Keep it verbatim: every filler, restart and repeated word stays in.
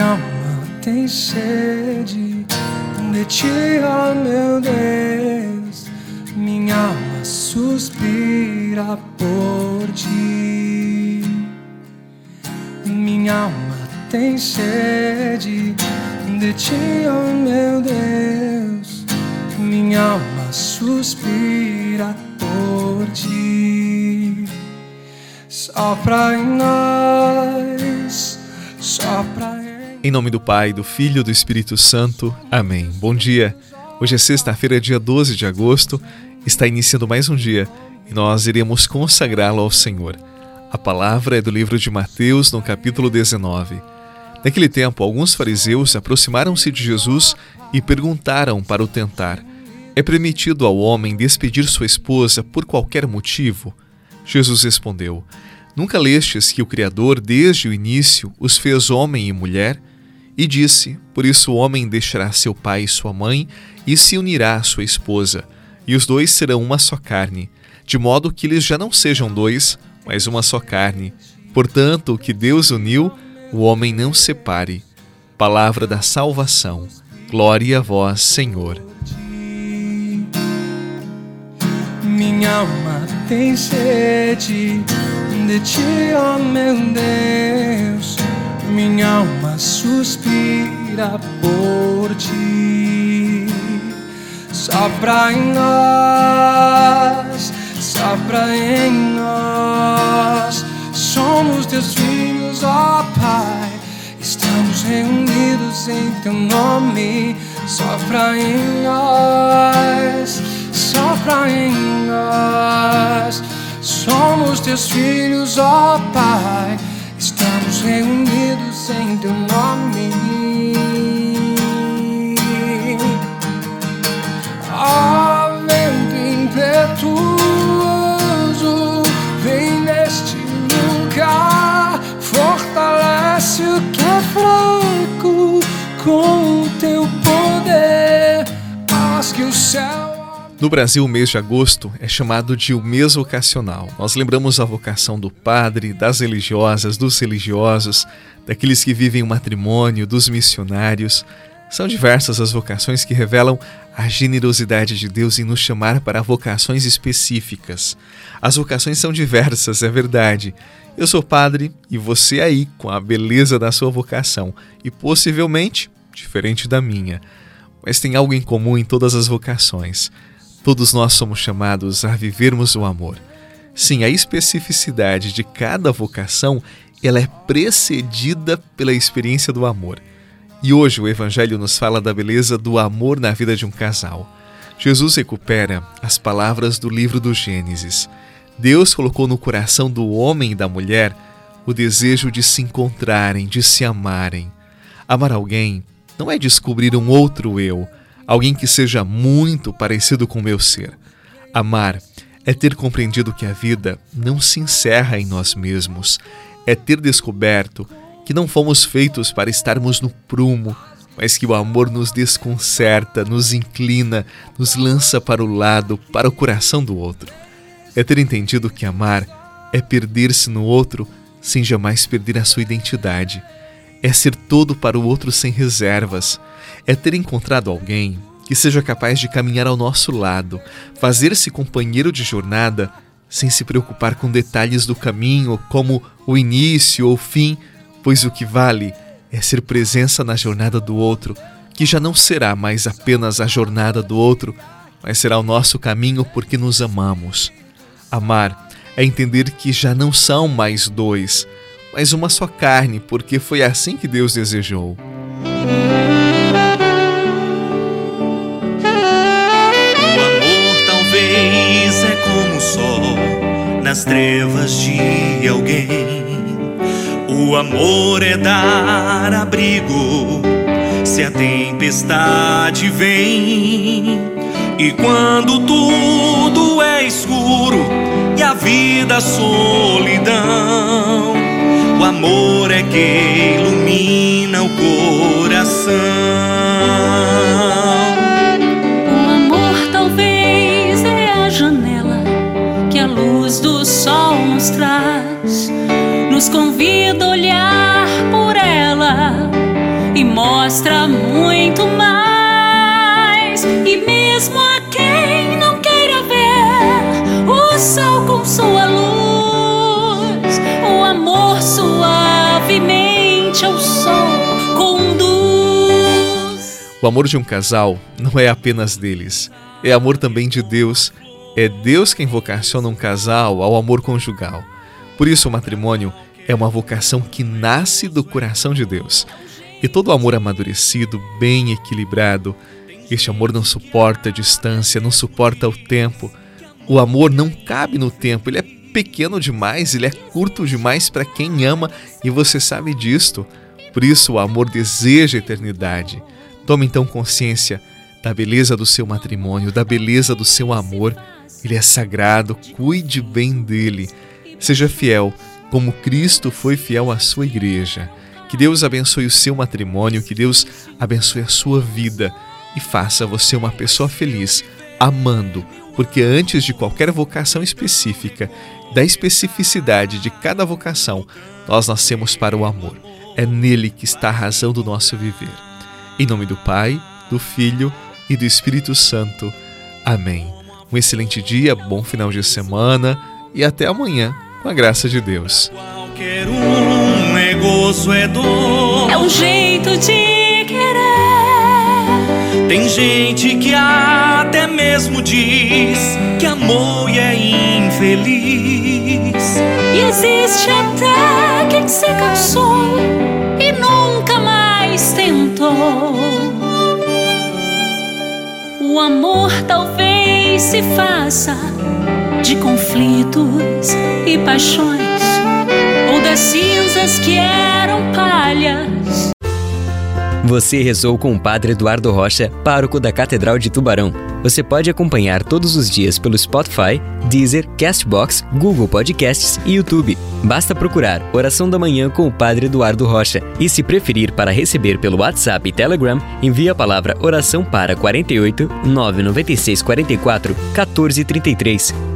Minha alma tem sede de ti, ó meu Deus. Minha alma suspira por ti. Minha alma tem sede de ti, ó meu Deus. Minha alma suspira por ti. Sopra em nós, sopra em... Em nome do Pai, do Filho e do Espírito Santo. Amém. Bom dia. Hoje é sexta-feira, dia doze de agosto. Está iniciando mais um dia e nós iremos consagrá-lo ao Senhor. A palavra é do livro de Mateus, no capítulo dezenove. Naquele tempo, alguns fariseus aproximaram-se de Jesus e perguntaram para o tentar: é permitido ao homem despedir sua esposa por qualquer motivo? Jesus respondeu: nunca lestes que o Criador, desde o início, os fez homem e mulher? E disse: por isso o homem deixará seu pai e sua mãe e se unirá à sua esposa, e os dois serão uma só carne, de modo que eles já não sejam dois, mas uma só carne. Portanto, o que Deus uniu, o homem não separe. Palavra da salvação. Glória a vós, Senhor. Minha alma tem sede de ti, ó meu Deus. Minha alma suspira por ti. Sopra em nós, sopra em nós. Somos teus filhos, ó Pai. Estamos reunidos em teu nome. Sopra em nós, sopra em nós. Somos teus filhos, ó Pai. Estamos reunidos em teu nome. Ó vento impetuoso, vem neste lugar. Fortalece o que é fraco com o teu poder. Faz que o céu... No Brasil, o mês de agosto é chamado de o mês vocacional. Nós lembramos a vocação do padre, das religiosas, dos religiosos, daqueles que vivem o matrimônio, dos missionários. São diversas as vocações que revelam a generosidade de Deus em nos chamar para vocações específicas. As vocações são diversas, é verdade. Eu sou padre e você aí com a beleza da sua vocação e possivelmente diferente da minha. Mas tem algo em comum em todas as vocações. Todos nós somos chamados a vivermos o amor. Sim, a especificidade de cada vocação, ela é precedida pela experiência do amor. E hoje o Evangelho nos fala da beleza do amor na vida de um casal. Jesus recupera as palavras do livro do Gênesis. Deus colocou no coração do homem e da mulher o desejo de se encontrarem, de se amarem. Amar alguém não é descobrir um outro eu, alguém que seja muito parecido com o meu ser. Amar é ter compreendido que a vida não se encerra em nós mesmos, é ter descoberto que não fomos feitos para estarmos no prumo, mas que o amor nos desconcerta, nos inclina, nos lança para o lado, para o coração do outro. É ter entendido que amar é perder-se no outro sem jamais perder a sua identidade. É ser todo para o outro sem reservas. É ter encontrado alguém que seja capaz de caminhar ao nosso lado, fazer-se companheiro de jornada sem se preocupar com detalhes do caminho, como o início ou o fim, pois o que vale é ser presença na jornada do outro, que já não será mais apenas a jornada do outro, mas será o nosso caminho porque nos amamos. Amar é entender que já não são mais dois, mas uma só carne, porque foi assim que Deus desejou. O amor talvez é como o sol nas trevas de alguém. O amor é dar abrigo se a tempestade vem. E quando tudo é escuro e a vida solidão, o amor é que ilumina o coração. O amor talvez é a janela que a luz do sol nos traz, nos convida a olhar por ela mostra muito mais. E mesmo a quem não queira ver o sol com sua luz, o amor suavemente ao sol conduz. O amor de um casal não é apenas deles, é amor também de Deus. É Deus quem vocaciona um casal ao amor conjugal. Por isso o matrimônio é uma vocação que nasce do coração de Deus. E todo amor amadurecido, bem equilibrado, este amor não suporta a distância, não suporta o tempo. O amor não cabe no tempo, ele é pequeno demais, ele é curto demais para quem ama e você sabe disto. Por isso o amor deseja a eternidade. Tome então consciência da beleza do seu matrimônio, da beleza do seu amor. Ele é sagrado, cuide bem dele. Seja fiel, como Cristo foi fiel à sua igreja. Que Deus abençoe o seu matrimônio, que Deus abençoe a sua vida e faça você uma pessoa feliz, amando, porque antes de qualquer vocação específica, da especificidade de cada vocação, nós nascemos para o amor. É nele que está a razão do nosso viver. Em nome do Pai, do Filho e do Espírito Santo. Amém. Um excelente dia, bom final de semana e até amanhã, com a graça de Deus. Qualquer um é gozo, é dor, é um jeito de querer. Tem gente que até mesmo diz que amou e é infeliz. E existe até quem se cansou e nunca mais tentou. O amor talvez se faça de conflitos e paixões, ou das cinzas que eram palhas. Você rezou com o Padre Eduardo Rocha, pároco da Catedral de Tubarão. Você pode acompanhar todos os dias pelo Spotify, Deezer, Castbox, Google Podcasts e YouTube. Basta procurar Oração da Manhã com o Padre Eduardo Rocha. E se preferir para receber pelo WhatsApp e Telegram, envie a palavra oração para quarenta e oito, nove nove seis, quarenta e quatro, quatorze, trinta e três.